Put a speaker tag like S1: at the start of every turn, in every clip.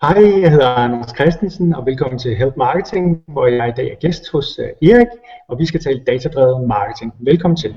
S1: Hej, jeg hedder Anders Christensen, og velkommen til Help Marketing, hvor jeg i dag er gæst hos Erik, og vi skal tale datadrevet marketing. Velkommen til.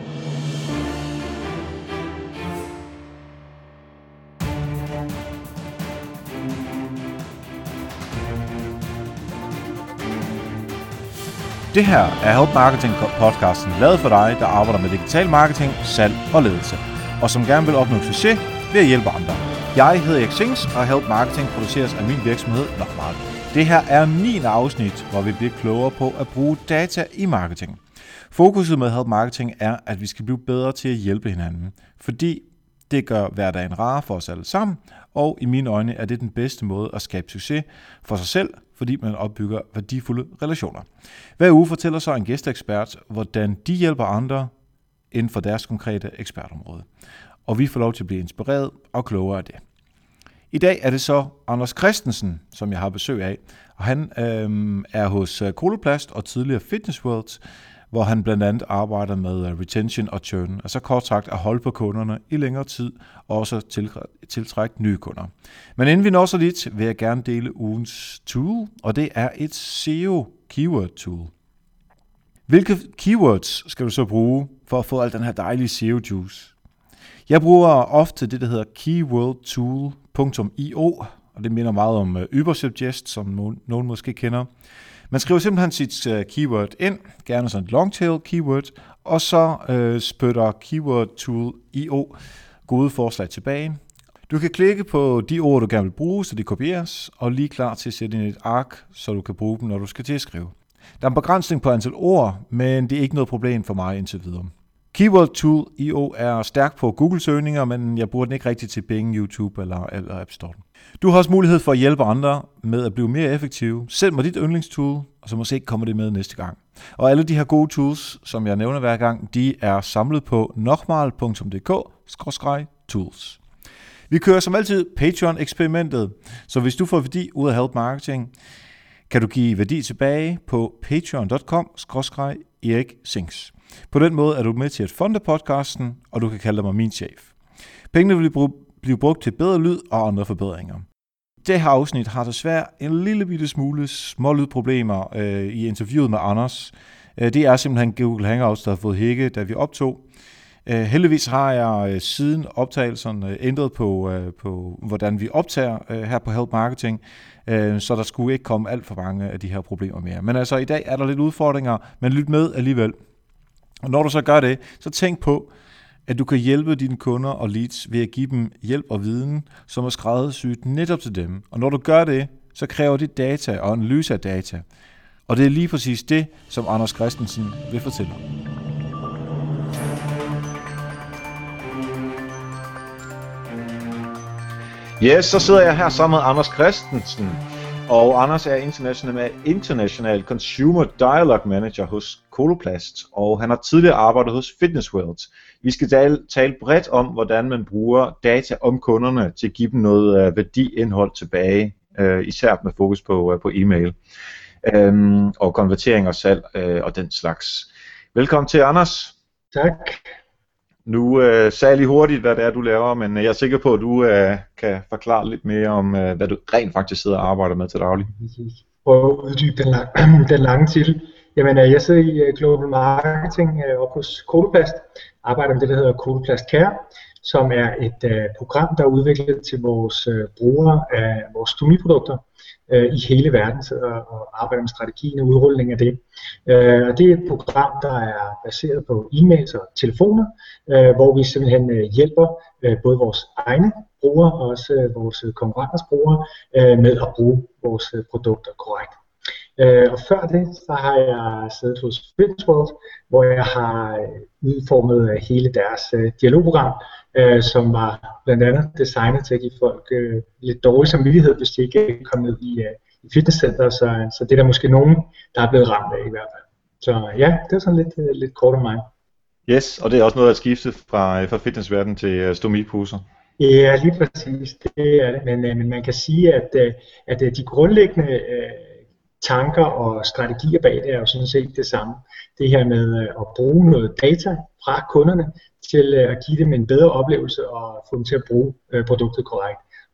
S2: Det her er Help Marketing podcasten, lavet for dig, der arbejder med digital marketing, salg og ledelse, og som gerne vil opnå succes ved at hjælpe andre. Jeg hedder Erik Sings, og Help Marketing produceres af min virksomhed Nochmal. Det her er 9. afsnit, hvor vi bliver klogere på at bruge data i marketing. Fokuset med Help Marketing er, at vi skal blive bedre til at hjælpe hinanden, fordi det gør hverdagen rar for os alle sammen, og i mine øjne er det den bedste måde at skabe succes for sig selv, fordi man opbygger værdifulde relationer. Hver uge fortæller så en gæsteekspert, hvordan de hjælper andre inden for deres konkrete ekspertområde. Og vi får lov til at blive inspireret og klogere af det. I dag er det så Anders Christensen, som jeg har besøg af, og han er hos Coloplast og tidligere Fitness World, hvor han blandt andet arbejder med retention og churn, altså kort sagt at holde på kunderne i længere tid, og også tiltrække nye kunder. Men inden vi når så lidt, vil jeg gerne dele ugens tool, og det er et SEO keyword tool. Hvilke keywords skal du så bruge for at få al den her dejlige SEO juice? Jeg bruger ofte det, der hedder keywordtool.io, og det minder meget om Ubersuggest, som nogen måske kender. Man skriver simpelthen sit keyword ind, gerne sådan et longtail keyword, og så spytter keywordtool.io gode forslag tilbage. Du kan klikke på de ord, du gerne vil bruge, så de kopieres, og lige klar til at sætte ind i et ark, så du kan bruge dem, når du skal til at skrive. Der er en begrænsning på antal ord, men det er ikke noget problem for mig indtil videre. Keywordtool.io er stærk på Google-søgninger, men jeg bruger den ikke rigtig til Bing, YouTube eller App Store. Du har også mulighed for at hjælpe andre med at blive mere effektive. Send mig dit yndlingstool, og så måske kommer det med næste gang. Og alle de her gode tools, som jeg nævner hver gang, de er samlet på nochmal.dk/tools. Vi kører som altid Patreon-eksperimentet, så hvis du får værdi ud af Help Marketing, kan du give værdi tilbage på patreon.com/Erik Sings. På den måde er du med til at funde podcasten, og du kan kalde mig min chef. Pengene vil blive brugt til bedre lyd og andre forbedringer. Det her afsnit har desværre en lille bitte smule små lydproblemer i interviewet med Anders. Det er simpelthen Google Hangouts, der har fået hække, da vi optog. Heldigvis har jeg siden optagelserne ændret på hvordan vi optager her på Help Marketing, så der skulle ikke komme alt for mange af de her problemer mere. Men altså i dag er der lidt udfordringer, men lyt med alligevel. Og når du så gør det, så tænk på, at du kan hjælpe dine kunder og leads ved at give dem hjælp og viden, som er skræddersyet netop til dem. Og når du gør det, så kræver det data og analyse af data. Og det er lige præcis det, som Anders Christensen vil fortælle om.
S3: Yes, så sidder jeg her sammen med Anders Christensen, og Anders er International Consumer Dialogue Manager hos Coloplast, og han har tidligere arbejdet hos Fitness World. Vi skal tale bredt om, hvordan man bruger data om kunderne til at give dem noget værdiindhold tilbage, især med fokus på e-mail og konvertering og salg og den slags. Velkommen til, Anders.
S1: Tak.
S3: Nu sagde jeg lige hurtigt, hvad det er, du laver, men jeg er sikker på, at du kan forklare lidt mere om, hvad du rent faktisk sidder og arbejder med til daglig.
S1: Prøv at uddybe den lange titel. Jamen, jeg sidder i Global Marketing op hos Coloplast, arbejder med det, der hedder Coloplast Care, som er et program, der er udviklet til vores brugere af vores stomiprodukter i hele verden, og arbejder med strategien og udrulling af det. Og det er et program, der er baseret på e-mails og telefoner, hvor vi simpelthen hjælper både vores egne brugere og også vores konkurrenters brugere med at bruge vores produkter korrekt. Og før det, så har jeg siddet hos Fitness World, hvor jeg har udformet hele deres dialogprogram, som var blandt andet designet til at give folk lidt dårlig samvittighed, hvis de ikke kom ned i fitnesscenter, så det er der måske nogen, der er blevet ramt af i hvert fald. Så ja, det er sådan lidt kort om mig.
S3: Yes, og det er også noget at skifte fra fitnessverden til stomiposer.
S1: Ja, lige præcis, det er det, men man kan sige, at de grundlæggende tanker og strategier bag det er jo sådan set det samme. Det her med at bruge noget data fra kunderne til at give dem en bedre oplevelse og få dem til at bruge produktet korrekt.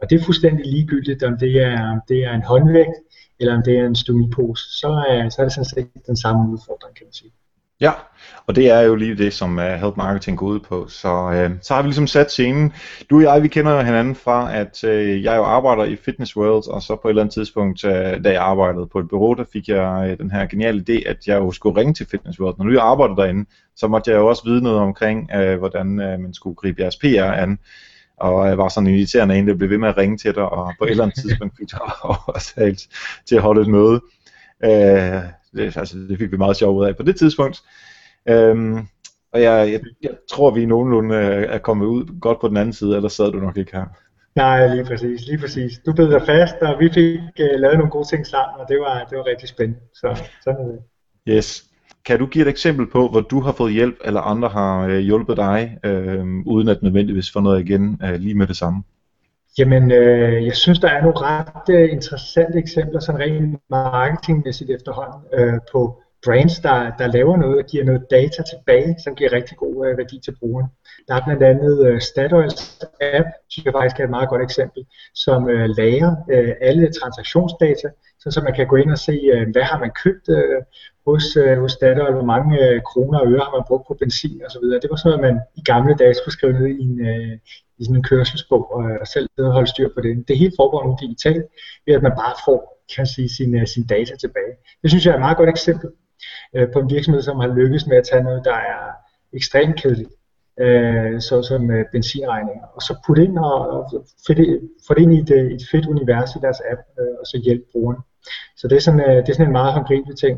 S1: Og det er fuldstændig ligegyldigt, om det er en håndvægt, eller om det er en stomipose, så er det sådan set den samme udfordring, kan man sige.
S3: Ja, og det er jo lige det, som Help Marketing går ud på. Så har vi ligesom sat scenen. Du og jeg, vi kender jo hinanden fra, at jeg jo arbejder i Fitness World, og så på et eller andet tidspunkt, da jeg arbejdede på et bureau, der fik jeg den her geniale idé, at jeg jo skulle ringe til Fitness World. Når jeg arbejdede derinde, så måtte jeg jo også vide noget omkring, hvordan man skulle gribe jeres PR an. Og jeg var sådan en irriterende en, der blev ved med at ringe til dig, og på et eller andet tidspunkt fik jeg overtalt til at holde et møde. Det fik vi meget sjov ud af på det tidspunkt. Og jeg tror, vi nogenlunde er kommet ud godt på den anden side, ellers sad du nok ikke her.
S1: Nej, lige præcis. Du blev der fast, og vi fik lavet nogle gode ting sammen, og det var rigtig spændende. Så sådan er det.
S3: Yes. Kan du give et eksempel på, hvor du har fået hjælp, eller andre har hjulpet dig, uden at nødvendigvis få noget igen lige med det samme?
S1: Jamen, jeg synes, der er nogle ret interessante eksempler, sådan rent marketingmæssigt efterhånden, på brands, der laver noget og giver noget data tilbage, som giver rigtig god værdi til brugeren. Der er blandt andet Statoils app, som faktisk er et meget godt eksempel, som lagrer alle transaktionsdata, så man kan gå ind og se, hvad har man købt hos Statoil, hvor mange kroner og øre har man brugt på benzin osv. Det var sådan noget, man i gamle dage skulle skrive ned i sådan en kørselsbog og selv holde styr på det. Det hele foregår nu digitalt, ved at man bare får, kan sige, sin data tilbage. Det synes jeg er et meget godt eksempel på en virksomhed, som har lykkes med at tage noget, der er ekstremt kedeligt, såsom benzinregninger, og så putte ind og få det ind i et fedt univers i deres app, og så hjælpe brugerne. Så det er sådan en meget håndgribelig ting.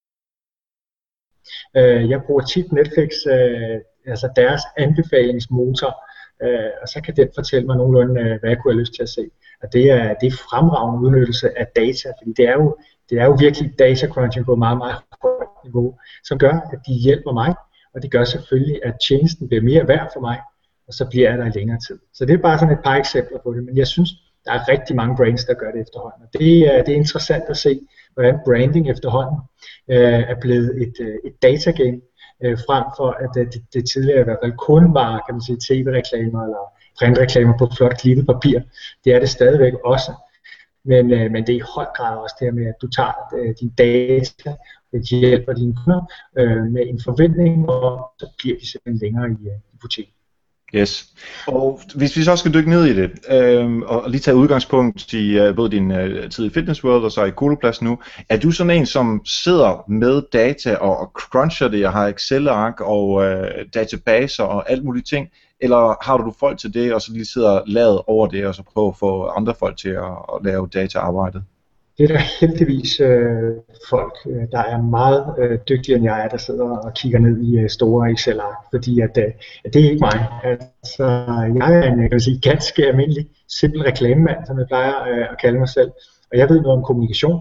S1: Jeg bruger tit Netflix, altså deres anbefalingsmotor, og så kan den fortælle mig nogenlunde, hvad jeg kunne have lyst til at se. Og det er fremragende udnyttelse af data, fordi det er jo virkelig data crunching på et meget, meget højt niveau, som gør, at de hjælper mig, og det gør selvfølgelig, at tjenesten bliver mere værd for mig, og så bliver jeg der i længere tid. Så det er bare sådan et par eksempler på det, men jeg synes, der er rigtig mange brands, der gør det efterhånden. Og det er interessant at se, hvordan branding efterhånden er blevet et datagame, frem for at det tidligere i hvert fald kun var, kan man sige, tv-reklamer eller printreklamer på flot klippet papir. Det er det stadigvæk også. Men det er i høj grad også det her med, at du tager dine data og hjælper dine kunder med en forventning, og så bliver de simpelthen længere i butikken.
S3: Yes. Og hvis vi så skal dykke ned i det, og lige tage udgangspunkt i både din tid i Fitness World og så i Coloplast nu, er du sådan en, som sidder med data og cruncher det, og har Excel-ark og databaser og alt muligt ting, eller har du folk til det, og så lige sidder lavet over det, og så prøver at få andre folk til at lave dataarbejdet?
S1: Det er der heldigvis folk, der er meget dygtigere end jeg er, der sidder og kigger ned i store Excel-ark, fordi at det er ikke mig. Altså, jeg er en, kan man sige, ganske almindelig, simpel reklamemand, som jeg plejer at kalde mig selv, og jeg ved noget om kommunikation.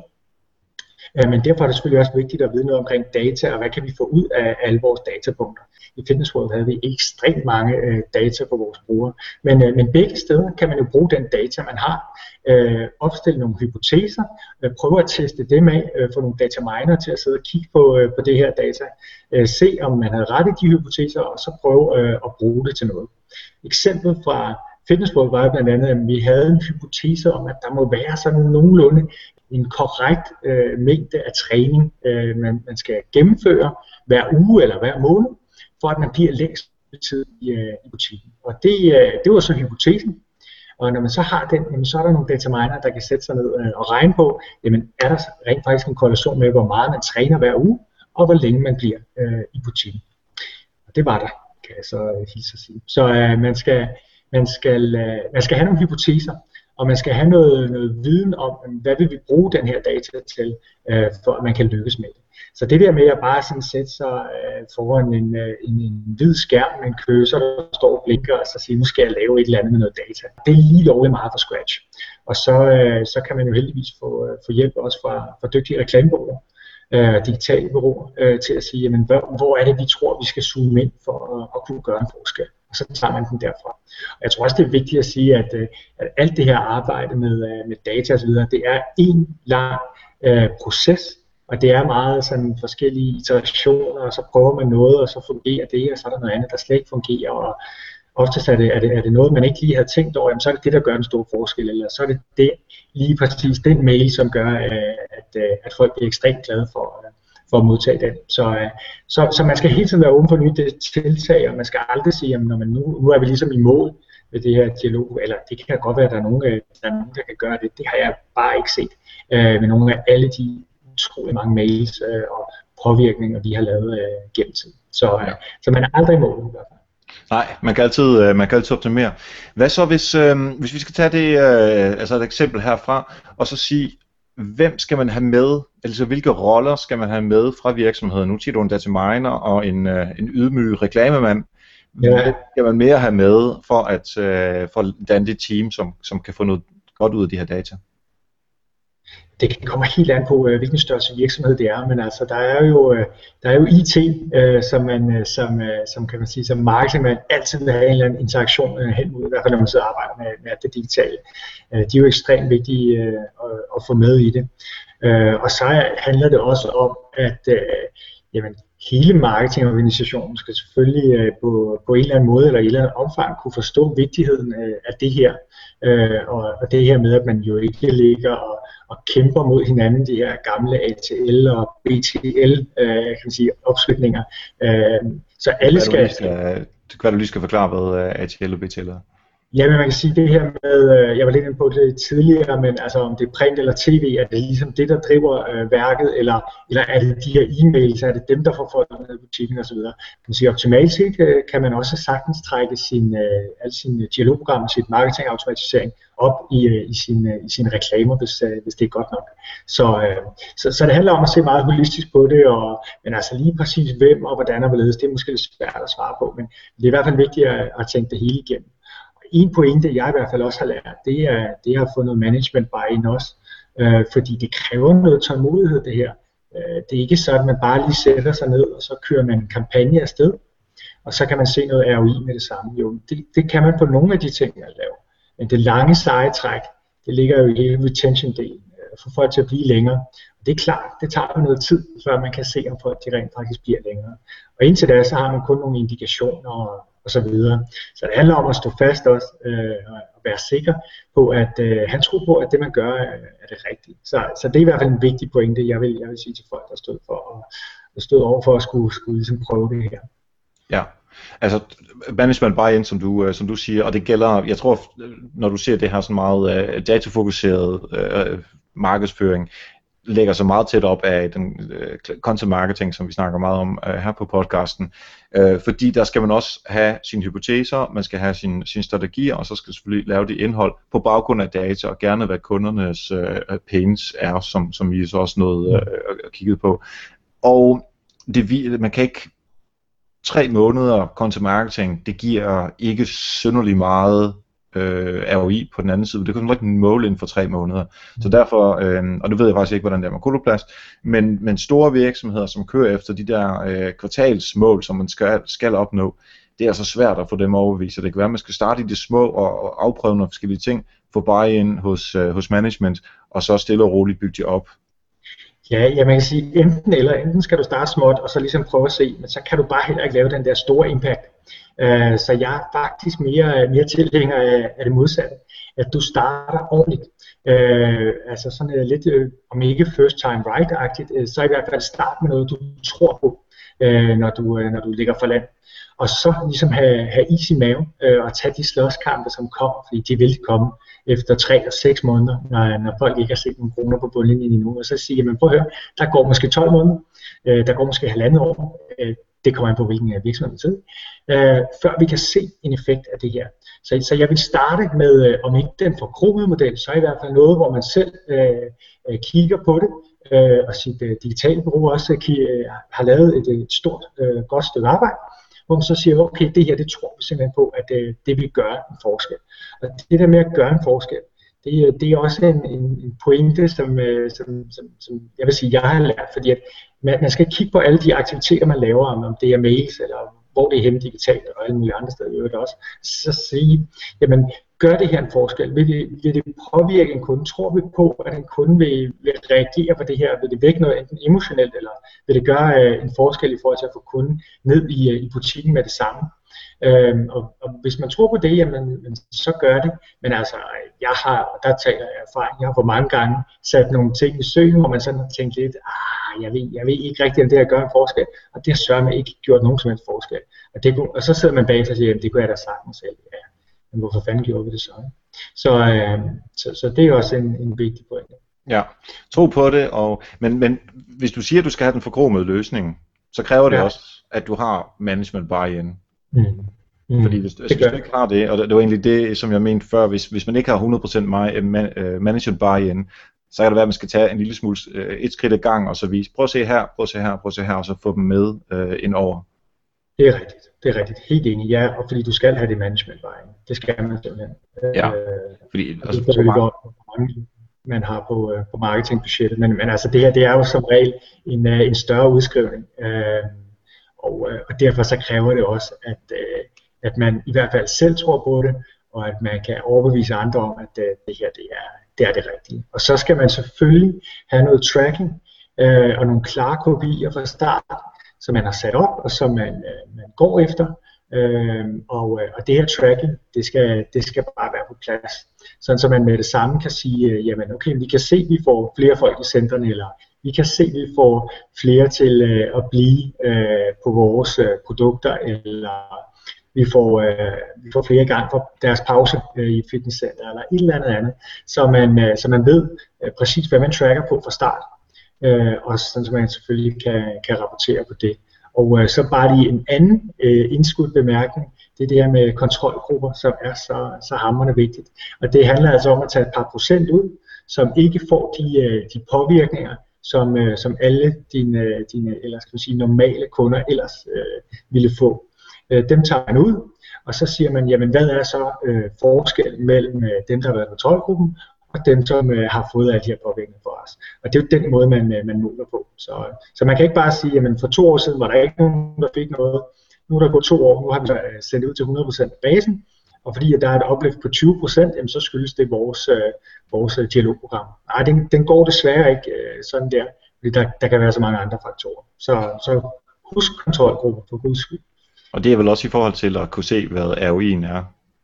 S1: Men derfor er det selvfølgelig også vigtigt at vide noget omkring data, og hvad kan vi få ud af alle vores datapunkter. I Fitness World havde vi ekstremt mange data på vores brugere, men begge steder kan man jo bruge den data, man har, opstille nogle hypoteser, prøve at teste dem af, få nogle dataminer til at sidde og kigge på det her data, se om man havde ret i de hypoteser, og så prøve at bruge det til noget. Eksempel fra Fitness World var blandt andet, at vi havde en hypotese om, at der må være sådan nogenlunde en korrekt mængde af træning, man skal gennemføre hver uge eller hver måned, for at man bliver længst tid i butikken. Og det var så hypotesen. Og når man så har den, jamen, så er der nogle dataminer, der kan sætte sig ned og regne på, jamen, er der rent faktisk en korrelation med, hvor meget man træner hver uge, og hvor længe man bliver i butikken. Og det var der, kan jeg så hilse at sige. Så man skal have nogle hypoteser, og man skal have noget viden om, hvad vil vi bruge den her data til, for at man kan lykkes med det. Så det der med at bare sådan sætte sig foran en hvid skærm med en cursor, der står og blinker, og så sige, nu skal jeg lave et eller andet med noget data. Det er lige lovligt meget fra scratch. Og så kan man jo heldigvis få hjælp også fra dygtige reklamebureauer, digitale bureauer, til at sige, jamen, hvor er det, vi tror, vi skal zoome ind for at kunne gøre en forskel. Og så tager man den derfra. Og jeg tror også, det er vigtigt at sige, at alt det her arbejde med data osv., det er en lang proces, og det er meget sådan forskellige iterationer, og så prøver man noget, og så fungerer det, og så er der noget andet, der slet ikke fungerer, oftest er det noget, man ikke lige havde tænkt over, jamen, så er det det, der gør en stor forskel, eller så er det lige præcis den mail, som gør, at folk bliver ekstremt glade for at modtage den. Så man skal hele tiden være åben for nye tiltag, og man skal aldrig sige, at nu er vi ligesom i mål med det her dialog, eller det kan godt være, at der er nogen, der kan gøre det. Det har jeg bare ikke set med nogle af alle de utrolig mange mails og påvirkninger, vi har lavet gennem tiden. Så man er aldrig i mål i hvert fald.
S3: Nej, man kan altid optimere. Hvad så hvis vi skal tage det, altså et eksempel herfra, og så sige, hvem skal man have med, altså hvilke roller skal man have med fra virksomheden? Nu siger du en data miner og en ydmyg reklamemand. Hvad skal man mere have med for at danne det team, som kan få noget godt ud af de her data?
S1: Det kommer helt an på, hvilken størrelse virksomhed det er, men altså der er jo IT, som kan man sige, som marketingmand altid vil have en eller anden interaktion hen ud, i hvert fald når man sidder og arbejder med det digitale. De er jo ekstremt vigtige at få med i det. Og så handler det også om, at hele marketingorganisationen skal selvfølgelig på en eller anden måde eller i et eller andet omfang kunne forstå vigtigheden af det her, og det her med, at man jo ikke ligger og kæmper mod hinanden, de her gamle ATL og BTL kan man sige, opskytninger. Så alle skal...
S3: Hvad du lige skal forklare, hvad ATL og BTL er?
S1: Ja, men man kan sige det her med, jeg var lidt inde på det tidligere, men altså om det er print eller tv, er det ligesom det, der driver værket, eller er det de her e-mails, er det dem, der får folk ned i butikken osv. Man siger, optimalt set kan man også sagtens trække alle sine dialogprogrammer, sit marketingautomatisering op i sine reklamer, hvis det er godt nok. Så det handler om at se meget holistisk på det, men altså lige præcis hvem og hvordan og hvorledes, det er måske lidt svært at svare på, men det er i hvert fald vigtigt at tænke det hele igennem. En pointe, jeg i hvert fald også har lært, det er at få noget management buy-in også, fordi det kræver noget tålmodighed det her. Det er ikke sådan, at man bare lige sætter sig ned, og så kører man en kampagne afsted, og så kan man se noget ROI med det samme. Jo, det kan man på nogle af de ting, man laver. Men det lange seje træk, det ligger jo i hele retention-delen, for folk til at blive længere. Og det er klart, det tager jo noget tid, før man kan se, om folk de rent faktisk bliver længere. Og indtil da, så har man kun nogle indikationer og så videre. Så det handler om at stå fast også og være sikker på, at han tror på, at det man gør er det rigtige. Så det er i hvert fald en vigtig pointe, jeg vil sige til folk, der stod over for at skulle ligesom prøve det her.
S3: Ja, altså management buy-in, som du siger, og det gælder, jeg tror, når du ser det her sådan meget datafokuseret markedsføring, lægger sig meget tæt op af den content marketing, som vi snakker meget om her på podcasten, fordi der skal man også have sine hypoteser, man skal have sine strategier, og så skal selvfølgelig lave det indhold på baggrund af data, og gerne hvad kundernes pains er, som vi så også nåede at kigge på. Og man kan ikke 3 måneder content marketing, det giver ikke synderligt meget ROI på den anden side. Det kan man ikke måle inden for 3 måneder. Så derfor, og nu ved jeg faktisk ikke, hvordan det er med Coloplast, men store virksomheder, som kører efter de der kvartalsmål, som man skal opnå, det er altså svært at få dem overbevist. Så det kan være, at man skal starte i det små og afprøve nogle forskellige ting, få buy-in hos management, og så stille og roligt bygge de op.
S1: Ja, man kan sige enten skal du starte småt, og så ligesom prøve at se, men så kan du bare heller ikke lave den der store impact. Så jeg er faktisk mere tilhænger af det modsatte, at du starter ordentligt. Altså sådan lidt, om ikke first time right-agtigt, så i hvert fald start med noget, du tror på, når du ligger for land. Og så ligesom have is i maven og tage de slåskampe, som kommer, fordi de vil komme efter 3 og 6 måneder, når folk ikke har set nogle kroner på bundlinjen endnu. Og så siger man, prøv at høre, der går måske 12 måneder, der går måske 1,5 år, det kommer an på hvilken virksomhed tid, før vi kan se en effekt af det her. Så jeg vil starte med, om ikke den forkromede model, så i hvert fald noget, hvor man selv kigger på det, og sit digitale bureau også har lavet et stort, godt stykke arbejde, hvor man så siger, okay, det her, det tror vi simpelthen på, at det vil gøre en forskel. Og det der med at gøre en forskel, det er også en pointe, som jeg vil sige, jeg har lært, fordi at man skal kigge på alle de aktiviteter, man laver, om det er mails, eller hvor det er henne digitalt, og alle mulige andre steder, det også, så sige, jamen, gør det her en forskel? Vil det påvirke en kunde? Tror vi på, at en kunde vil reagere på det her? Vil det vække noget enten emotionelt, eller vil det gøre en forskel i forhold til at få kunden ned i butikken med det samme? Og hvis man tror på det, jamen, så gør det. Men altså, der taler jeg erfaring, jeg har for mange gange sat nogle ting i søen, hvor man sådan har tænkt lidt, jeg ved ikke rigtigt, om det her gør en forskel, og det har sørme ikke gjort nogen som helst forskel. Og så sidder man bag sig og siger, jamen det kunne jeg da sagtens selv, ja. Men hvorfor fanden gjorde vi det så? Så det er også en vigtig pointe.
S3: Ja, tro på det, men hvis du siger, at du skal have den forkromede løsning, så kræver det også, at du har management buy-in. Fordi hvis du ikke har det, og det var egentlig det, som jeg mente før, hvis man ikke har 100% management buy-in, så kan det være, at man skal tage en lille smule et skridt ad gang, og så vise, prøv at se her, prøv at se her, og så få dem med ind over.
S1: Det er rigtigt, helt enig, ja, og fordi du skal have det management buy-in, det skal man simpelthen.
S3: Ja, fordi
S1: man har på marketingbudgettet, men altså det her, det er jo som regel en større udskrivning, og derfor så kræver det også, at man i hvert fald selv tror på det, og at man kan overbevise andre om, at det her, det er det rigtige. Og så skal man selvfølgelig have noget tracking, og nogle klare kopier fra start, som man har sat op, og som man går efter, og det her tracking, det skal bare være på plads. Sådan så man med det samme kan sige, jamen okay, vi kan se, at vi får flere folk i centrene, eller vi kan se, at vi får flere til at blive på vores produkter, eller vi får flere i gang for deres pause i fitnesscenter, eller et eller andet, så man ved præcis, hvad man tracker på fra start, og sådan så man selvfølgelig kan rapportere på det. Og så bare lige en anden indskudt bemærkning, det er det her med kontrolgrupper, som er så hamrende vigtigt. Og det handler altså om at tage et par procent ud, som ikke får de påvirkninger, som alle dine eller skal man sige, normale kunder ellers ville få. Dem tager man ud, og så siger man, jamen hvad er så forskellen mellem dem, der har været i kontrolgruppen, og dem, som har fået alle de her påvirkninger for os. Og det er jo den måde, man måler på. Så man kan ikke bare sige, jamen for 2 år siden var der ikke nogen, der fik noget. Nu er der gået 2 år, nu har vi så sendt ud til 100% af basen, og fordi at der er et uplift på 20%, jamen, så skyldes det vores dialogprogram. Nej, den går desværre ikke sådan der, fordi der kan være så mange andre faktorer. Så husk kontrolgrupper for guds skyld.
S3: Og det er vel også i forhold til at kunne se, hvad ROI'en er?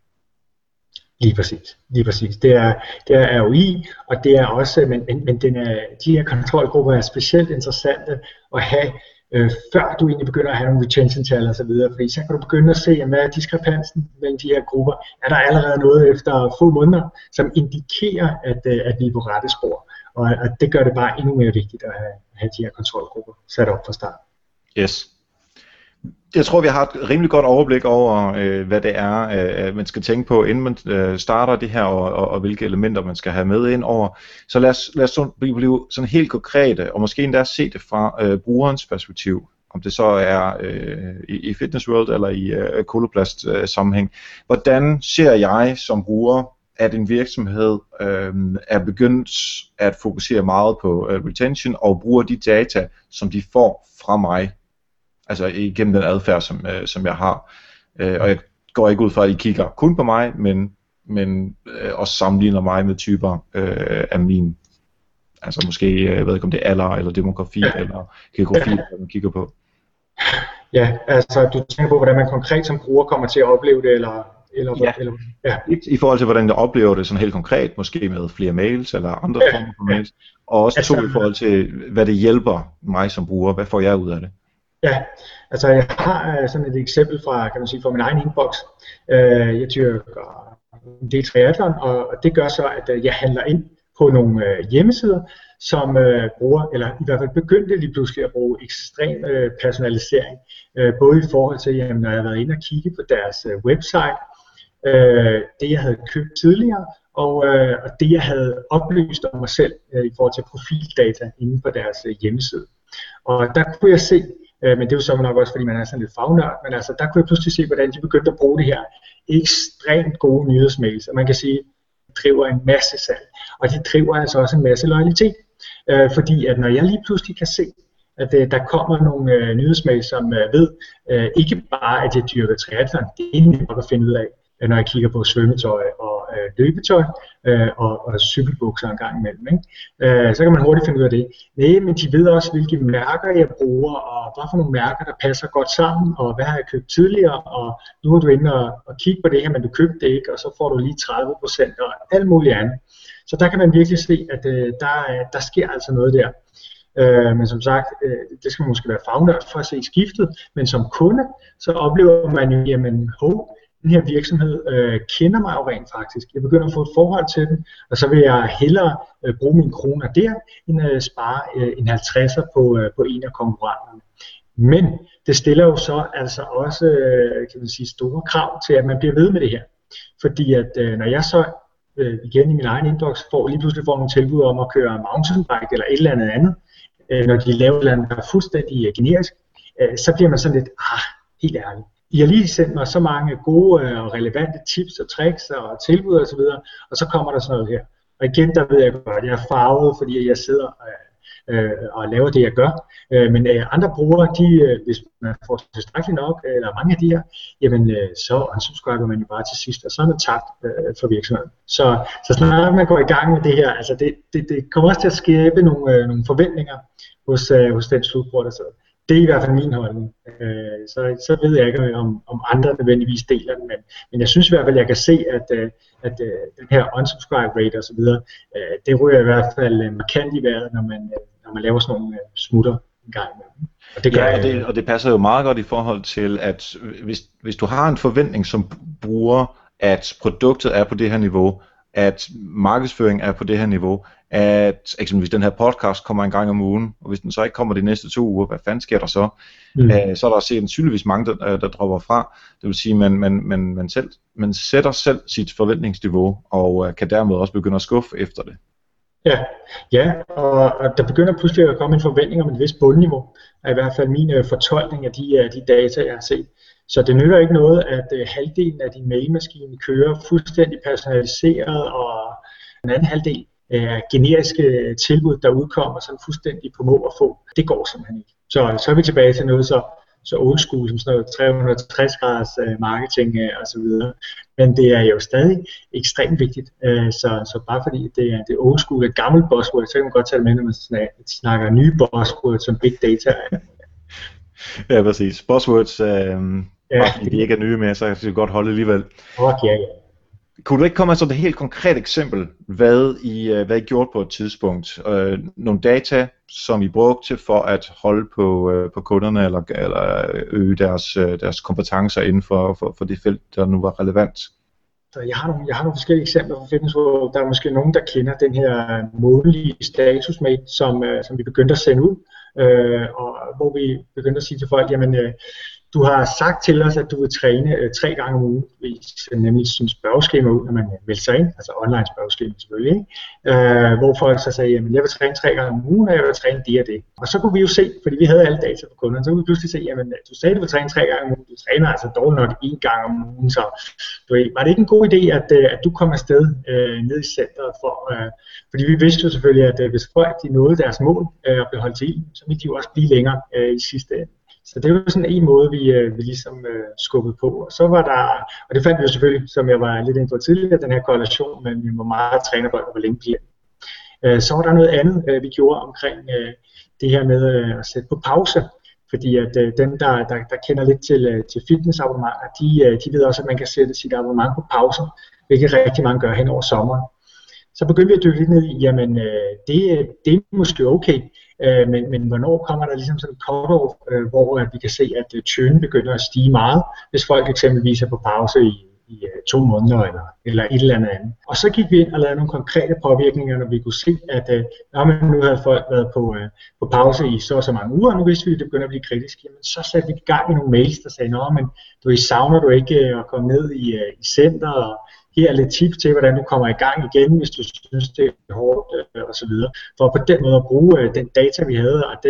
S1: Lige præcis. Det er ROI, og det er også, men de her kontrolgrupper er specielt interessante at have, før du egentlig begynder at have nogle retention-tal og så videre, fordi så kan du begynde at se, hvad er diskrepansen mellem de her grupper. Er der allerede noget efter få måneder, som indikerer, at vi er på rette spor, og det gør det bare endnu mere vigtigt at have de her kontrolgrupper sat op fra start.
S3: Yes. Jeg tror, vi har et rimelig godt overblik over, hvad det er, man skal tænke på, inden man starter det her, og hvilke elementer man skal have med ind over. Så lad os blive sådan helt konkrete, og måske endda se det fra brugerens perspektiv, om det så er i Fitness World eller i Coloplast sammenhæng. Hvordan ser jeg som bruger, at en virksomhed er begyndt at fokusere meget på retention, og bruger de data, som de får fra mig? Altså igennem den adfærd, som jeg har. Og jeg går ikke ud fra, at I kigger kun på mig, men også sammenligner mig med typer af min, altså måske, jeg ved ikke om det er alder, eller demografi, eller geografi, hvad man kigger på.
S1: Ja, altså du tænker på, hvordan man konkret som bruger kommer til at opleve det, eller
S3: I forhold til, hvordan jeg oplever det sådan helt konkret, måske med flere mails, eller andre former for mails, og også i forhold til, hvad det hjælper mig som bruger, hvad får jeg ud af det?
S1: Ja, altså jeg har sådan et eksempel fra, kan man sige, fra min egen inbox. Jeg dyrker det triathlon, og det gør så, at jeg handler ind på nogle hjemmesider, som bruger, eller i hvert fald begyndte lige pludselig at bruge ekstrem personalisering, både i forhold til, jamen, når jeg har været inde og kigge på deres website, det jeg havde købt tidligere, og det jeg havde oplyst om mig selv i forhold til profildata inde på deres hjemmeside. Og der kunne jeg se, men det er jo så nok også, fordi man er sådan lidt fagnørd, men altså, der kunne jeg pludselig se, hvordan de begyndte at bruge det her ekstremt gode nyhedsmails, og man kan sige, de driver en masse salg, og de driver altså også en masse loyalitet, fordi at når jeg lige pludselig kan se, at der kommer nogle nyhedsmails, som ved ikke bare, at jeg dyrker triathlon, det er nemt at finde ud af, når jeg kigger på svømmetøj og løbetøj og cykelbukser en gang imellem. Ikke? Så kan man hurtigt finde ud af det. Nej, men de ved også, hvilke mærker jeg bruger, og hvad for nogle mærker, der passer godt sammen, og hvad har jeg købt tidligere, og nu er du inde og kigge på det her, men du købte det ikke, og så får du lige 30% og alt muligt andet. Så der kan man virkelig se, at der sker altså noget der. Men som sagt, det skal man måske være fagnørd for at se skiftet, men som kunde, så oplever man jo, jamen, den her virksomhed kender mig jo rent faktisk. Jeg begynder at få et forhold til den, og så vil jeg hellere bruge mine kroner der, end at spare en 50'er på en af konkurrenterne. Men det stiller jo så altså også, kan man sige, store krav til, at man bliver ved med det her. Fordi at når jeg så igen i min egen inbox lige pludselig får nogle tilbud om at køre mountainbike eller et eller andet, når de laver et eller andet, der er fuldstændig generisk, så bliver man sådan lidt, helt ærligt. I har lige sendt mig så mange gode og relevante tips og tricks og tilbud osv., og så kommer der sådan noget her. Og igen, der ved jeg godt, at jeg er farvet, fordi jeg sidder og laver det, jeg gør. Men andre brugere, hvis man får tilstrækkeligt nok, eller mange af de her, jamen så unsubscriber man jo bare til sidst, og så er man tabt for virksomheden. Så snart man går i gang med det her, altså det kommer også til at skabe nogle forventninger hos den slutbruger, der sidder. Det er i hvert fald min holdning. Så ved jeg ikke, om andre nødvendigvis deler den, men jeg synes i hvert fald, at jeg kan se, at den her unsubscribe rate osv., det ryger i hvert fald markant i vejret, når man laver sådan nogle smutter en gang imellem. Og det gør
S3: og det passer jo meget godt i forhold til, at hvis du har en forventning som bruger, at produktet er på det her niveau, at markedsføring er på det her niveau, at eksempelvis den her podcast kommer en gang om ugen, og hvis den så ikke kommer de næste 2 uger, hvad fanden sker der så? Så er der sandsynligvis mange, der dropper fra. Det vil sige, at man sætter selv sit forventningsniveau, og kan dermed også begynde at skuffe efter det.
S1: Ja, og der begynder pludselig at komme en forventning om et vist bundniveau, er i hvert fald min fortolkning af de data, jeg har set. Så det nytter ikke noget, at halvdelen af din mailmaskine kører fuldstændig personaliseret, og en anden halvdel er generiske tilbud, der udkommer sådan fuldstændig på må og få. Det går simpelthen ikke. Så er vi tilbage til noget så old school som sådan noget 360 graders marketing og så videre. Men det er jo stadig ekstremt vigtigt. Så bare fordi det er old school, et gammelt buzzword, så kan man godt tage det med, når man snakker nye buzzwords som big data.
S3: Ja, præcis. Buzzwords, fordi de ikke er nye mere, så kan det godt holde alligevel.
S1: Okay.
S3: Kunne du ikke komme med sådan et helt konkret eksempel, hvad I gjorde på et tidspunkt? Nogle data, som I brugte for at holde på kunderne, eller øge deres kompetencer inden for det felt, der nu var relevant?
S1: Så jeg har nogle forskellige eksempler fra Fitness World. Der er måske nogen, der kender den her månedlige statusmate, som vi begyndte at sende ud, og hvor vi begyndte at sige til folk, jamen du har sagt til os, at du vil træne 3 gange om ugen. Vi sender nemlig sådan et spørgeskema ud, når man melder sig ind, altså online spørgeskema selvfølgelig, ikke? Hvor folk så sagde, jamen jeg vil træne 3 gange om ugen, og jeg vil træne det og det. Og så kunne vi jo se, fordi vi havde alle data på kunderne, så kunne vi pludselig se, jamen du sagde, at du vil træne 3 gange om ugen, du træner altså dårligt nok 1 gang om ugen, så var det ikke en god idé, at du kom afsted ned i centret fordi vi vidste jo selvfølgelig, at hvis folk de nåede deres mål og blev holdt til, så ville de jo også blive længere i sidste ende. Så det var sådan en måde, vi ligesom skubbede på. Og så var der, og det fandt vi jo selvfølgelig, som jeg var lidt inde på tidligere, den her korrelation mellem hvor meget træner folk og hvor længe bliver. Så var der noget andet, vi gjorde omkring det her med at sætte på pause. Fordi at dem, der kender lidt til fitnessabonnementer, de ved også, at man kan sætte sit abonnement på pause, hvilket rigtig mange gør hen over sommeren. Så begyndte vi at dykke lidt ned i, jamen det er måske okay, men hvornår kommer der ligesom sådan en cut-off, hvor vi kan se, at churn begynder at stige meget, hvis folk eksempelvis er på pause i 2 måneder eller et eller andet. Og så gik vi ind og lavede nogle konkrete påvirkninger, når vi kunne se, at nu havde folk været på pause i så mange uger, og nu vidste vi, at det begynder at blive kritisk. Jamen, så satte vi i gang i nogle mails, der sagde, men savner du ikke at komme ned i center, og her er lidt tips til, hvordan du kommer i gang igen, hvis du synes, det er hårdt osv. For på den måde at bruge den data, vi havde, og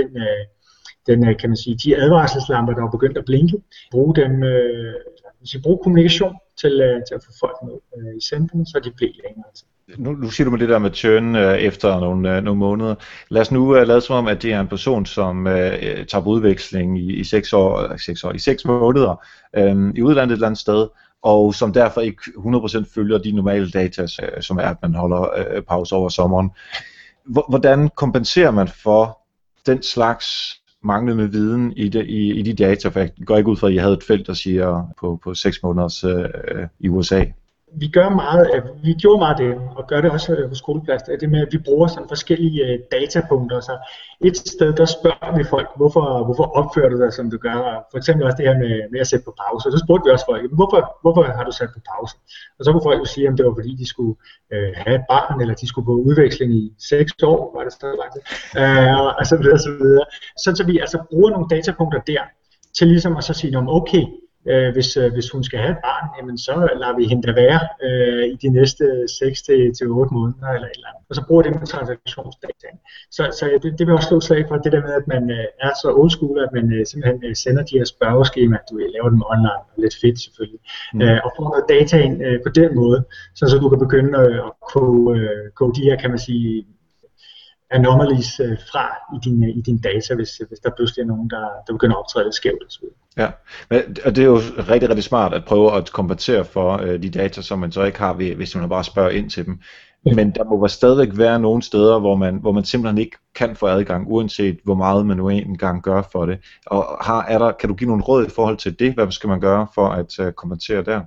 S1: den kan man sige, de advarselslamper, der var begyndt at blinke, bruge dem, bruge kommunikation til at få folk ned i centrene, så de blev længere.
S3: Nu siger du med det der med churn efter nogle måneder. Lad os nu lade som om, at det er en person, som tager på udveksling i 6 måneder i udlandet et eller andet sted, og som derfor ikke 100% følger de normale data, som er, at man holder pause over sommeren. Hvordan kompenserer man for den slags manglende viden i de data? For jeg går ikke ud fra, at I havde et felt, der siger på 6 måneders i USA.
S1: Vi gjorde meget det, og gør det også hos Skoleplast, det med, at vi bruger sådan forskellige datapunkter. Så et sted, der spørger vi folk, hvorfor opfører du dig, som du gør? For eksempel også det her med at sætte på pause. Så spurgte vi også folk, hvorfor har du sat på pause? Og så kunne folk jo sige, om det var fordi, de skulle have et barn, eller de skulle på udveksling i 6 år, var det stadig langt, og så videre, og så videre. Så vi altså bruger nogle datapunkter der, til ligesom at så sige, okay, hvis hun skal have et barn, jamen så lader vi hende da være i de næste 6 til 8 måneder eller et eller andet. Og så bruger det med transaktionsdata. Så det vil også slå slag for det der med, at man er så old school, at man simpelthen sender de her spørgeskemaer, du laver dem online, og lidt fedt selvfølgelig, og får noget data ind på den måde, så du kan begynde at koge de her, kan man sige, anomalies fra i din data, hvis der pludselig er nogen, der begynder at optræde lidt skævt osv.
S3: Ja, og det er jo rigtig, rigtig smart at prøve at kompensere for de data, som man så ikke har, hvis man bare spørger ind til dem. Men der må stadigvæk være nogle steder, hvor man simpelthen ikke kan få adgang, uanset hvor meget man nu engang gør for det. Og kan du give nogle råd i forhold til det? Hvad skal man gøre for at kompensere der?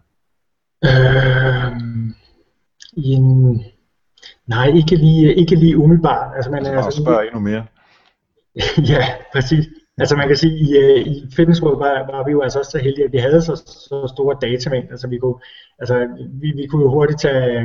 S1: Nej, ikke lige umiddelbart. Altså, man
S3: altså spørge endnu mere.
S1: Ja, præcis. Altså man kan sige, i Fitness World var vi jo altså også så heldige, at vi havde så store datamængder, så vi kunne jo hurtigt tage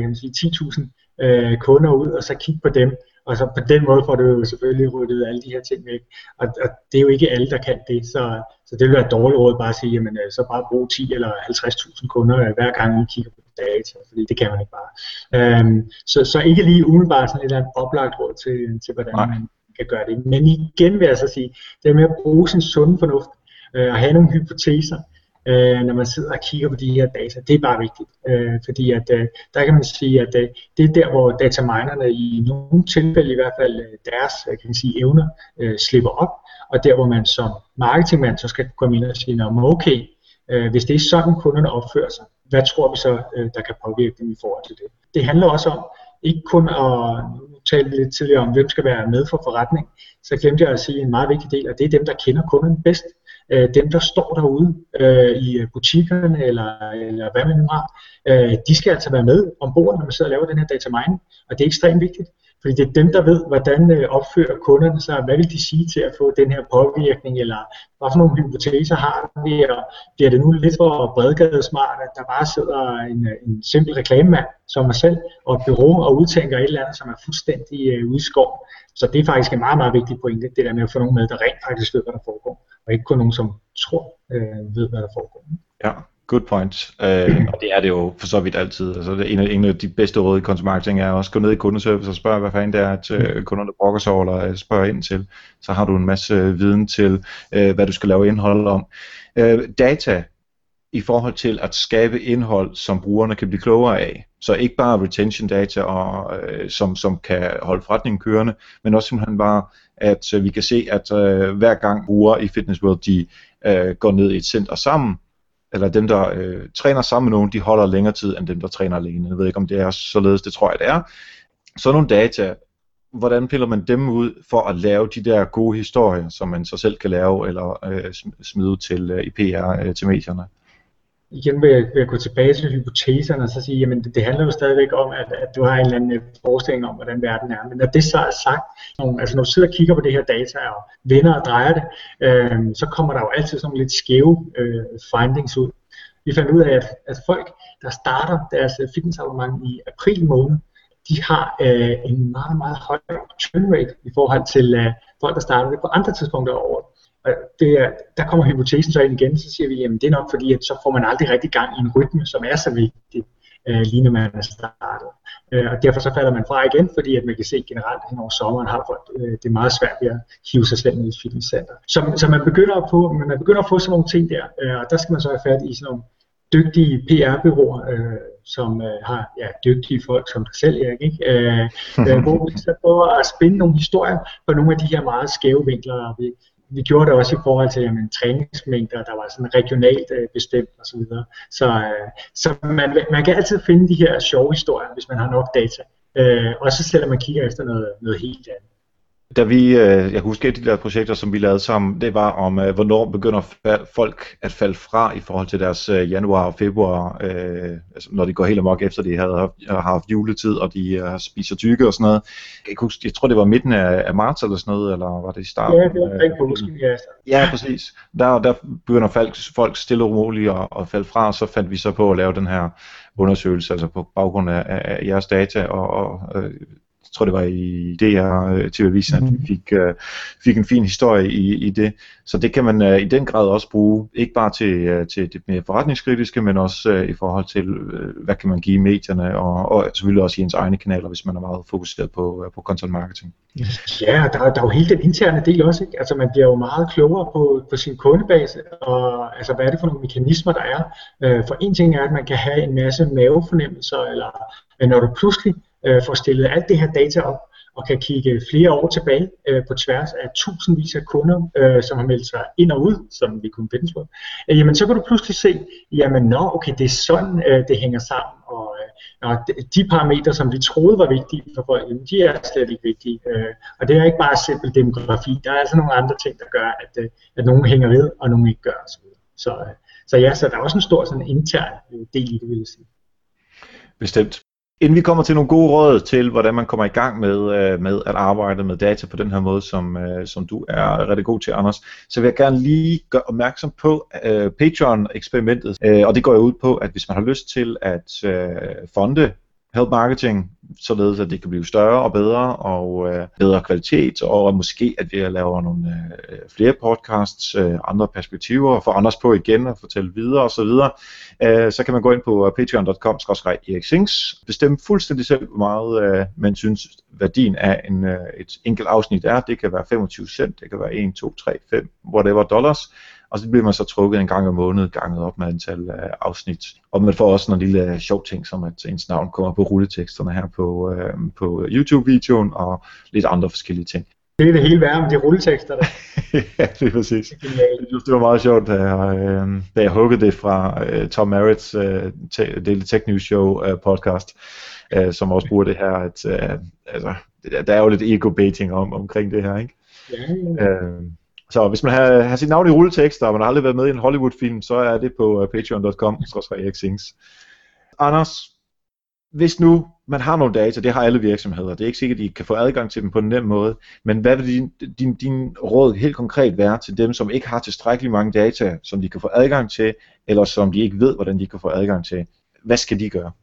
S1: 10.000 kunder ud, og så kigge på dem, og så på den måde får du jo selvfølgelig ryddet alle de her ting væk. Og det er jo ikke alle, der kan det, så det vil være et dårligt råd bare at sige, jamen så bare brug 10 eller 50.000 kunder hver gang I kigger på data, fordi det kan man ikke bare. Så ikke lige umiddelbart sådan et eller andet oplagt råd til hvordan man kan gøre det. Men igen vil jeg så sige, det er med at bruge sin sunde fornuft og have nogle hypoteser, når man sidder og kigger på de her data. Det er bare vigtigt, fordi at der kan man sige, at det er der, hvor dataminerne i nogle tilfælde i hvert fald deres evner slipper op, og der hvor man som marketingmand så skal komme ind og sige, okay, hvis det er sådan kunderne opfører sig, hvad tror vi så, der kan påvirke dem i forhold til det? Det handler også om, ikke kun at tale lidt tidligere om, hvem skal være med for forretning, så glemte jeg at sige en meget vigtig del, og det er dem, der kender kunderne bedst. Dem, der står derude i butikkerne, eller hvad man nu har, de skal altså være med ombord, når man sidder og laver den her data mining, og det er ekstremt vigtigt. Fordi det er dem, der ved, hvordan opfører kunderne sig, hvad vil de sige til at få den her påvirkning, eller hvad for nogle hypoteser har vi, og bliver det nu lidt for bredgadesmart, at der bare sidder en simpel reklamemand som mig selv, og et bureau og udtænker et eller andet, som er fuldstændig ude i skoven. Så det er faktisk en meget, meget vigtig pointe, det der med at få nogen med, der rent faktisk ved, hvad der foregår, og ikke kun nogen, som tror ved, hvad der foregår.
S3: Ja. Good point. Og det er det jo for så vidt altid. Altså, det er en af de bedste råd i konsumermarketing er også at gå ned i kundeservice og spørge, hvad fanden det er, at kunderne brokker sig over, eller spørger ind til. Så har du en masse viden til, hvad du skal lave indhold om. Data i forhold til at skabe indhold, som brugerne kan blive klogere af. Så ikke bare retention data, som kan holde forretningen kørende, men også simpelthen bare, at vi kan se, at hver gang brugere i Fitness World, de går ned i et center sammen, eller dem, der træner sammen med nogen, de holder længere tid, end dem, der træner alene. Jeg ved ikke, om det er således, det tror jeg, det er. Så nogle data, hvordan piller man dem ud for at lave de der gode historier, som man så selv kan lave, eller smide ud til i PR til medierne?
S1: Igen vil jeg gå tilbage til hypoteserne og så sige, jamen det handler jo stadigvæk om, at du har en eller anden forestilling om, hvordan verden er. Men når det så er sagt, altså når du sidder og kigger på det her data og vender og drejer det, så kommer der jo altid sådan lidt skæve findings ud. Vi fandt ud af, at folk, der starter deres fitnessabonnement i april måned, de har en meget, meget høj churn rate i forhold til folk, der starter det på andre tidspunkter over året. Der kommer hypotesen så ind igen, så siger vi, at det er nok fordi, at så får man aldrig rigtig gang i en rytme, som er så vigtig, lige når man er startet. Og derfor så falder man fra igen, fordi at man kan se generelt, at over sommeren har folk det er meget svært ved at hive sig selv i et fitnesscenter. Så man begynder at få sådan nogle ting der, og der skal man så have fat i sådan nogle dygtige PR-bureauer, som har dygtige folk som dig selv, Erik, ikke? Hvor vi så prøver at spænde nogle historier på nogle af de her meget skæve vinkler. vi gjorde det også i forhold til træningsmængder, der var sådan regionalt bestemt osv. Så man kan altid finde de her sjove historier, hvis man har nok data. Også selvom man kigger efter noget helt andet.
S3: Da jeg husker et af de der projekter, som vi lavede sammen, det var om, hvornår begynder folk at falde fra i forhold til deres januar og februar, altså når de går helt amok efter, de havde haft juletid, og de spiser tykke og sådan noget. Jeg tror, det var midten af marts eller sådan noget, eller var det i starten?
S1: Ja, det var rigtig påsken, ja.
S3: Ja, præcis. Der begynder folk stille og roligt at falde fra, og så fandt vi så på at lave den her undersøgelse, altså på baggrund af jeres data, og jeg tror det var i DR TV-avisen, at vi fik en fin historie i det. Så det kan man i den grad også bruge, ikke bare til det mere forretningskritiske, men også i forhold til, hvad kan man give medierne, og selvfølgelig også i ens egne kanaler, hvis man er meget fokuseret på content marketing.
S1: Ja, der er jo hele den interne del også, ikke? Altså man bliver jo meget klogere på sin kundebase, og altså hvad er det for nogle mekanismer, der er. For en ting er, at man kan have en masse mavefornemmelser, eller når du pludselig får stillet alt det her data op, og kan kigge flere år tilbage på tværs af tusindvis af kunder, som har meldt sig ind og ud, som vi kunne finde på, jamen så kan du pludselig se, jamen okay, det er sådan, det hænger sammen, og de parametre, som vi troede var vigtige for folk, de er slet ikke vigtige. Og det er ikke bare simpel demografi, der er altså nogle andre ting, der gør, at nogen hænger ved, og nogen ikke gør. Så der er også en stor sådan intern del i det, vil jeg sige.
S3: Bestemt. Inden vi kommer til nogle gode råd til, hvordan man kommer i gang med at arbejde med data på den her måde, som du er rigtig god til, Anders, så vil jeg gerne lige gøre opmærksom på Patreon-eksperimentet. Og det går jo ud på, at hvis man har lyst til at fonde Help Marketing, således at det kan blive større og bedre og bedre kvalitet, og måske at vi laver nogle flere podcasts, andre perspektiver, og få Anders på igen og fortælle videre osv., så kan man gå ind på patreon.com/eriksings, bestemme fuldstændig selv, hvor meget man synes værdien af et enkelt afsnit er. Det kan være 25 cent, det kan være 1, 2, 3, 5, whatever dollars. Og så bliver man så trukket en gang om måneden, ganget op med antal afsnit. Og man får også en lille sjov ting, som at ens navn kommer på rulleteksterne her på YouTube-videoen, og lidt andre forskellige ting.
S1: Det er det hele værd med de rulletekster der.
S3: Ja, det er præcis. Det var meget sjovt, da jeg huggede det fra Tom Merritt's Daily Tech News Show podcast, som også bruger det her, at altså, der er jo lidt ego-baiting omkring det her, ikke? Ja. Så hvis man har sit navn i rulletekster, og man har aldrig været med i en Hollywood-film, så er det på patreon.com/eriksings. Anders, hvis nu man har nogle data, det har alle virksomheder, det er ikke sikkert, at de kan få adgang til dem på en nem måde, men hvad vil din råd helt konkret være til dem, som ikke har tilstrækkeligt mange data, som de kan få adgang til, eller som de ikke ved, hvordan de kan få adgang til? Hvad skal de gøre?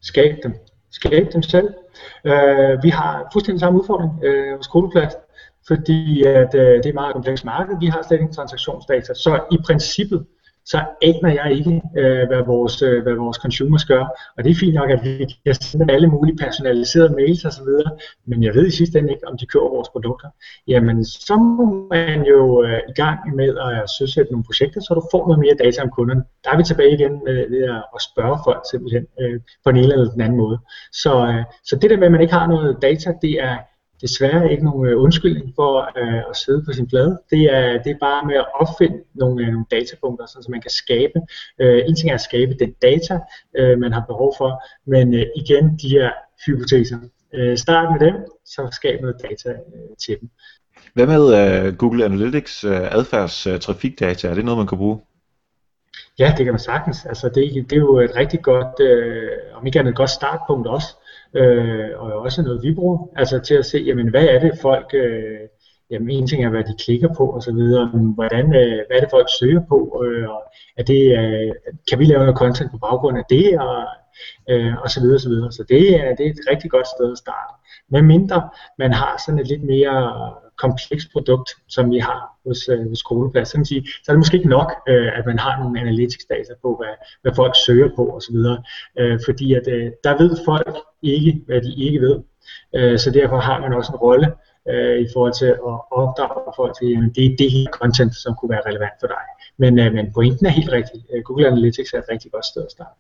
S1: Skab dem selv. Vi har fuldstændig samme udfordring hos Coloplast, fordi at, det er et meget komplekst marked. Vi har slet ikke transaktionsdata, så i princippet så aner jeg ikke, hvad vores consumers gør. Og det er fint nok, at vi kan sende alle mulige personaliserede mails osv., men jeg ved i sidste ende ikke, om de køber vores produkter. Jamen, så må man jo i gang med at søsætte nogle projekter, så du får noget mere data om kunderne. Der er vi tilbage igen ved at spørge folk simpelthen på en eller den anden måde. Så det der med, at man ikke har noget data, det er desværre ikke nogen undskyldning for at sidde på sin flade. Det er bare med at opfinde nogle datapunkter, så man kan skabe. En ting er at skabe den data, man har behov for, men igen de her hypoteser. Start med dem, så skab noget data til dem.
S3: Hvad med Google Analytics adfærdstrafikdata? Er det noget, man kan bruge?
S1: Ja, det kan man sagtens. Altså, det er jo et rigtig godt, om ikke andet et godt startpunkt også. Og også noget vi bruger, altså til at se, jamen hvad er det folk, jamen en ting er hvad de klikker på og så videre, hvad er det folk søger på, og kan vi lave noget content på baggrund af det, og så videre, så videre. Så det er et rigtig godt sted at starte. Med mindre man har sådan et lidt mere komplekst produkt, som vi har hos Coloplast, så er det måske ikke nok, at man har nogle analytics data på, hvad folk søger på osv., fordi at der ved folk ikke, hvad de ikke ved, så derfor har man også en rolle i forhold til at opdrage folk til, at det er det her content, som kunne være relevant for dig. Men pointen er helt rigtig. Google Analytics er et rigtig godt sted at starte.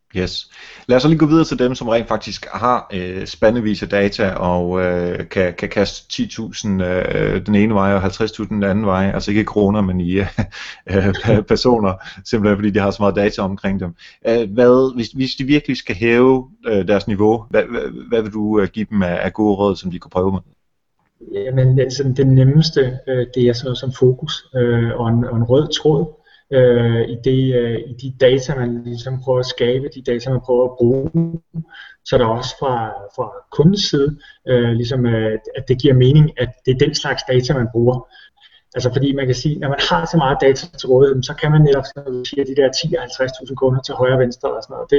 S3: Yes. Lad os så lige gå videre til dem, som rent faktisk har spandevis af data og kan kaste 10.000 den ene vej og 50.000 den anden vej. Altså ikke kroner, men i personer, simpelthen fordi de har så meget data omkring dem. Hvis de virkelig skal hæve deres niveau, hvad vil du give dem af gode råd, som de kunne prøve med?
S1: Jamen, altså, det nemmeste, det er sådan noget som fokus og en rød tråd. I de data, man ligesom prøver at skabe, de data, man prøver at bruge, så er der også fra kundens side, ligesom, at det giver mening, at det er den slags data, man bruger. Altså fordi man kan sige, når man har så meget data til rådighed, så kan man netop sige, de der 10 og 50.000 kunder til højre og venstre og sådan noget.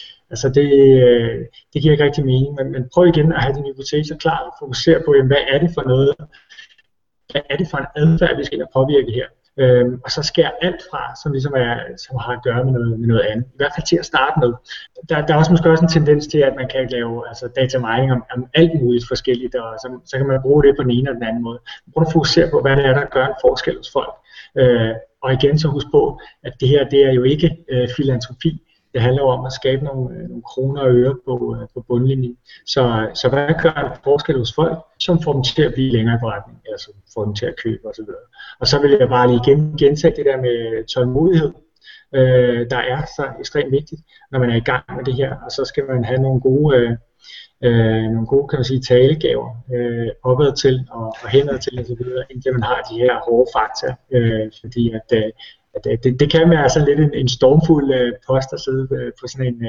S1: Det giver ikke rigtig mening, men prøv igen at have dine hypoteser klar og fokusere på, hvad er det for noget, hvad er det for en adfærd, vi skal ind og påvirke her. Og så skærer alt fra, som har at gøre med noget andet. I hvert fald til at starte med. Der er også måske også en tendens til, at man kan lave data mining om alt muligt forskelligt, og så kan man bruge det på den ene og den anden måde. Prøv at fokusere på, hvad det er, der gør en forskel hos folk. Og igen så husk på, at det her, det er jo ikke filantropi. Det handler jo om at skabe nogle kroner og øre på bundlinjen. Så hvad gør en forskel hos folk, som får dem til at blive længere i forretning, eller som får dem til at købe osv. Og så vil jeg bare lige gentage det der med tålmodighed, der er så ekstremt vigtigt, når man er i gang med det her. Og så skal man have nogle gode kan man sige, talegaver opad til og henad til osv., indtil man har de her hårde fakta, fordi at det kan være sådan lidt en stormfuld post at sidde på sådan en,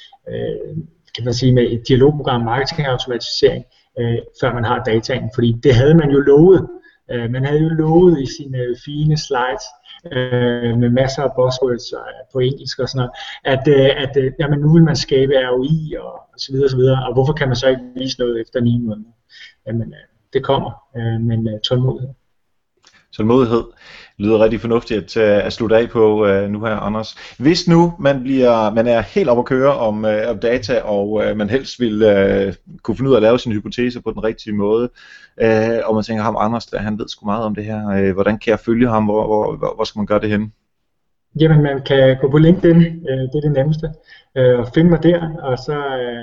S1: kan man sige, med et dialogprogram, marketingautomatisering, før man har dataen, fordi det havde man jo lovet. Man havde jo lovet i sine fine slides med masser af buzzwords på engelsk og sådan noget, at jamen, nu vil man skabe ROI og så videre, og hvorfor kan man så ikke vise noget efter 9 måneder? Jamen, det kommer, men tålmodighed.
S3: Tålmodighed lyder rigtig fornuftigt at slutte af på nu her, Anders. Hvis nu man er helt op at køre om data, og man helst vil kunne finde ud af at lave sin hypotese på den rigtige måde, og man tænker ham, Anders, han ved sgu meget om det her, hvordan kan jeg følge ham, hvor skal man gøre det henne?
S1: Jamen, man kan gå på LinkedIn, det er det nemmeste, og finde mig der, og så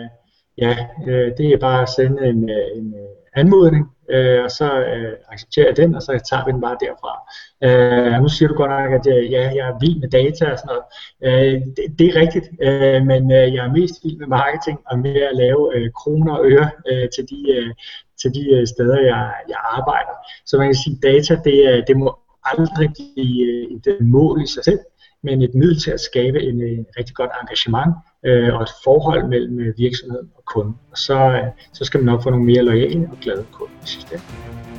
S1: det er bare at sende en anmodning, og så accepterer jeg den, og så tager vi den bare derfra. Nu siger du godt nok, at jeg er vild med data og sådan noget. Det er rigtigt, men jeg er mest vild med marketing og med at lave kroner og øre til de steder, jeg arbejder. Så man kan sige, at data, det må aldrig blive et mål i sig selv, men et middel til at skabe en rigtig godt engagement og et forhold mellem virksomheden og kunden. Og så skal man nok få nogle mere loyale og glade kunder i sidste ende.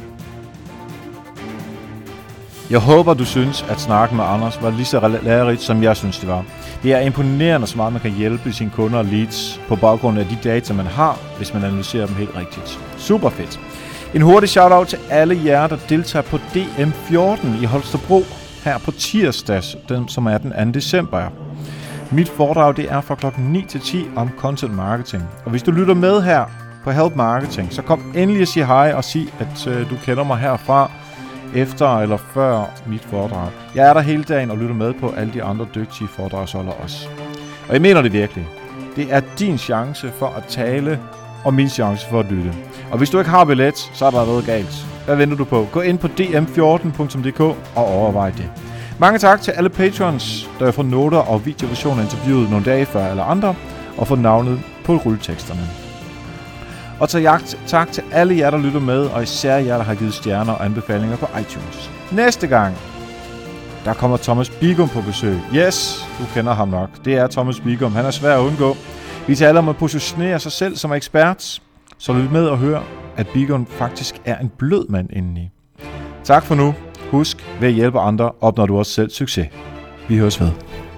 S2: Jeg håber, du synes, at snakken med Anders var lige så lærerigt, som jeg synes, det var. Det er imponerende, så meget man kan hjælpe sine kunder og leads på baggrund af de data, man har, hvis man analyserer dem helt rigtigt. Super fedt. En hurtig shout-out til alle jer, der deltager på DM14 i Holstebro her på tirsdags, som er den 2. december. Mit foredrag det er fra klokken 9 til 10 om content marketing. Og hvis du lytter med her på Help Marketing, så kom endelig og sig hej og sig, at du kender mig herfra, efter eller før mit foredrag. Jeg er der hele dagen og lytter med på alle de andre dygtige foredragsholdere også. Og jeg mener det virkelig. Det er din chance for at tale og min chance for at lytte. Og hvis du ikke har billet, så er der noget galt. Hvad venter du på? Gå ind på dm14.dk og overvej det. Mange tak til alle patrons, der har fået noter og videoversioner af interviewet nogle dage før alle andre, og fået navnet på rulleteksterne. Og tak til alle jer, der lytter med, og især jer, der har givet stjerner og anbefalinger på iTunes. Næste gang, der kommer Thomas Bigum på besøg. Yes, du kender ham nok. Det er Thomas Bigum. Han er svær at undgå. Vi taler om at positionere sig selv som ekspert, så lyt med og hør, at Bigum faktisk er en blød mand indeni. Tak for nu. Husk, ved at hjælpe andre opnår du også selv succes. Vi høres ved.